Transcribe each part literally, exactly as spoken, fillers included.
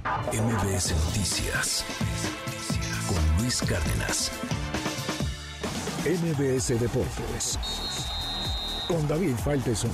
M B S Noticias con Luis Cárdenas. M B S Deportes con David Faitelson.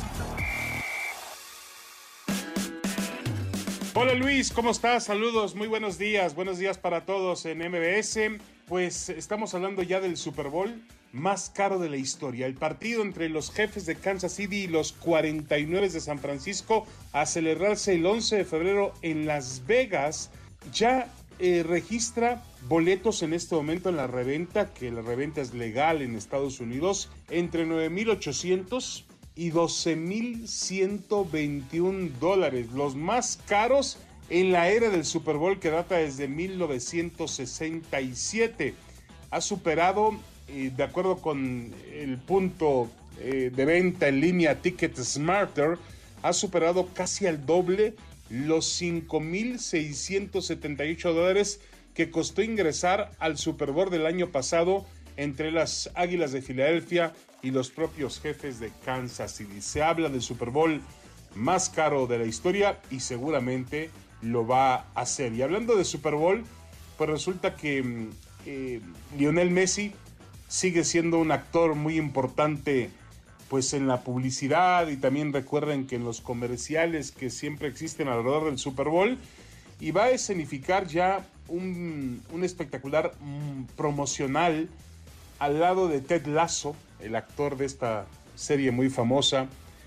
Hola Luis, ¿cómo estás? Saludos, muy buenos días, buenos días para todos en M B S. Pues estamos hablando ya del Super Bowl más caro de la historia. El partido entre los Jefes de Kansas City y los cuarenta y nueve de San Francisco a celebrarse el once de febrero en Las Vegas ya eh, registra boletos en este momento en la reventa, que la reventa es legal en Estados Unidos, entre nueve mil ochocientos y doce mil ciento veintiún dólares, los más caros en la era del Super Bowl que data desde mil novecientos sesenta y siete. Ha superado, eh, de acuerdo con el punto eh, de venta en línea Ticket Smarter, ha superado casi al doble los cinco mil seiscientos setenta y ocho dólares que costó ingresar al Super Bowl del año pasado entre las Águilas de Filadelfia y los propios Jefes de Kansas City. Se habla del Super Bowl más caro de la historia y seguramente lo va a hacer. Y hablando de Super Bowl, pues resulta que eh, Lionel Messi sigue siendo un actor muy importante pues en la publicidad, y también recuerden que en los comerciales que siempre existen alrededor del Super Bowl, y va a escenificar ya un, un espectacular um, promocional al lado de Ted Lasso, el actor de esta serie muy famosa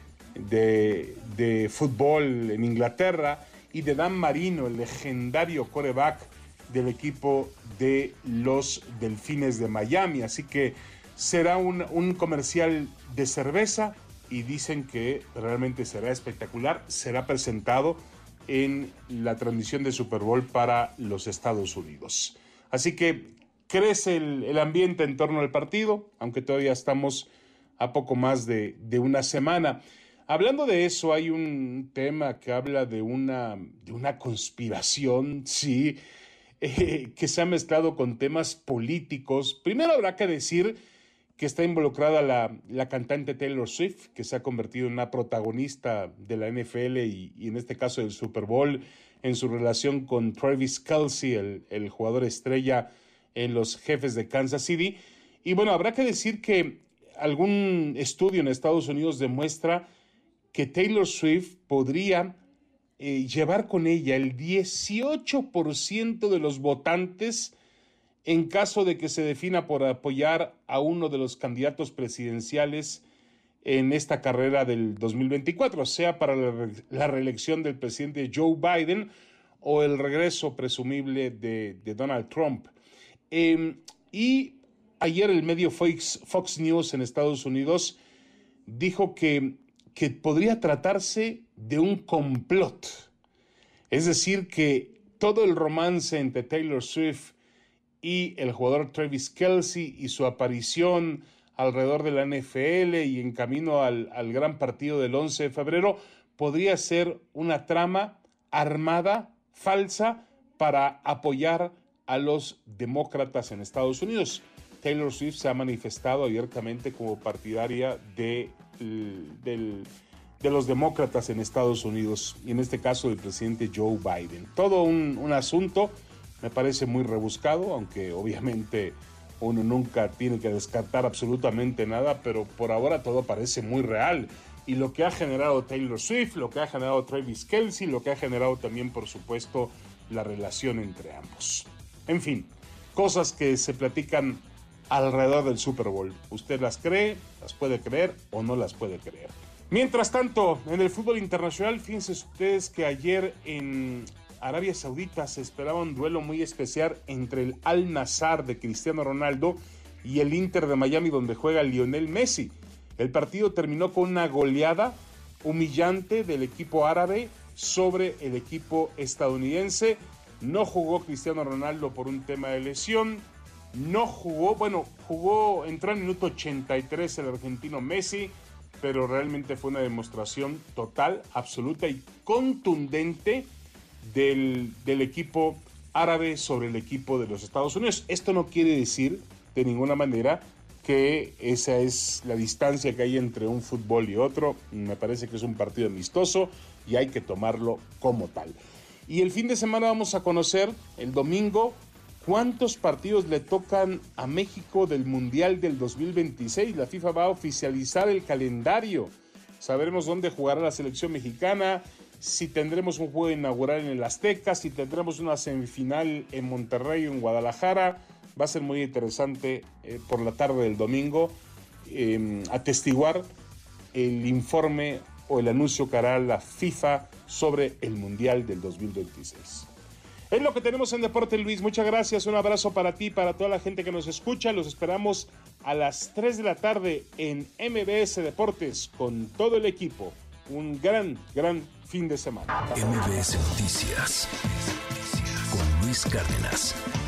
de, de fútbol en Inglaterra, y de Dan Marino, el legendario quarterback del equipo de los Delfines de Miami. Así que será un, un comercial de cerveza y dicen que realmente será espectacular. Será presentado en la transmisión de Super Bowl para los Estados Unidos. Así que crece el, el ambiente en torno al partido, aunque todavía estamos a poco más de, de una semana. Hablando de eso, hay un tema que habla de una, de una conspiración, sí, eh, que se ha mezclado con temas políticos. Primero habrá que decir que está involucrada la, la cantante Taylor Swift, que se ha convertido en una protagonista de la N F L y, y en este caso del Super Bowl, en su relación con Travis Kelce, el, el jugador estrella en los Jefes de Kansas City. Y bueno, habrá que decir que algún estudio en Estados Unidos demuestra que Taylor Swift podría eh, llevar con ella el dieciocho por ciento de los votantes en caso de que se defina por apoyar a uno de los candidatos presidenciales en esta carrera del dos mil veinticuatro, sea para la, re- la reelección del presidente Joe Biden o el regreso presumible de, de Donald Trump. Eh, y ayer el medio Fox, Fox News en Estados Unidos dijo que, que podría tratarse de un complot. Es decir, que todo el romance entre Taylor Swift y el jugador Travis Kelce y su aparición alrededor de la N F L y en camino al, al gran partido del once de febrero podría ser una trama armada, falsa, para apoyar a los demócratas en Estados Unidos. Taylor Swift se ha manifestado abiertamente como partidaria de, de, de los demócratas en Estados Unidos, y en este caso del presidente Joe Biden. Todo un, un asunto, me parece muy rebuscado, aunque obviamente uno nunca tiene que descartar absolutamente nada, pero por ahora todo parece muy real. Y lo que ha generado Taylor Swift, lo que ha generado Travis Kelce, lo que ha generado también, por supuesto, la relación entre ambos. En fin, cosas que se platican alrededor del Super Bowl. ¿Usted las cree, las puede creer o no las puede creer? Mientras tanto, en el fútbol internacional, fíjense ustedes que ayer en Arabia Saudita se esperaba un duelo muy especial entre el Al-Nassr de Cristiano Ronaldo y el Inter de Miami, donde juega Lionel Messi. El partido terminó con una goleada humillante del equipo árabe sobre el equipo estadounidense. No jugó Cristiano Ronaldo por un tema de lesión. No jugó, bueno, jugó, entró en el minuto ochenta y tres el argentino Messi, pero realmente fue una demostración total, absoluta y contundente del, del equipo árabe sobre el equipo de los Estados Unidos. Esto no quiere decir de ninguna manera que esa es la distancia que hay entre un fútbol y otro. Me parece que es un partido amistoso y hay que tomarlo como tal. Y el fin de semana vamos a conocer, el domingo, cuántos partidos le tocan a México del Mundial del dos mil veintiséis. La FIFA va a oficializar el calendario. Sabremos dónde jugará la selección mexicana, si tendremos un juego inaugural en el Azteca, si tendremos una semifinal en Monterrey o en Guadalajara. Va a ser muy interesante eh, por la tarde del domingo eh, atestiguar el informe o el anuncio que hará la FIFA sobre el Mundial del dos mil veintiséis. Es lo que tenemos en Deporte, Luis. Muchas gracias. Un abrazo para ti, para toda la gente que nos escucha. Los esperamos a las tres de la tarde en M B S Deportes con todo el equipo. Un gran, gran fin de semana. M B S Noticias con Luis Cárdenas.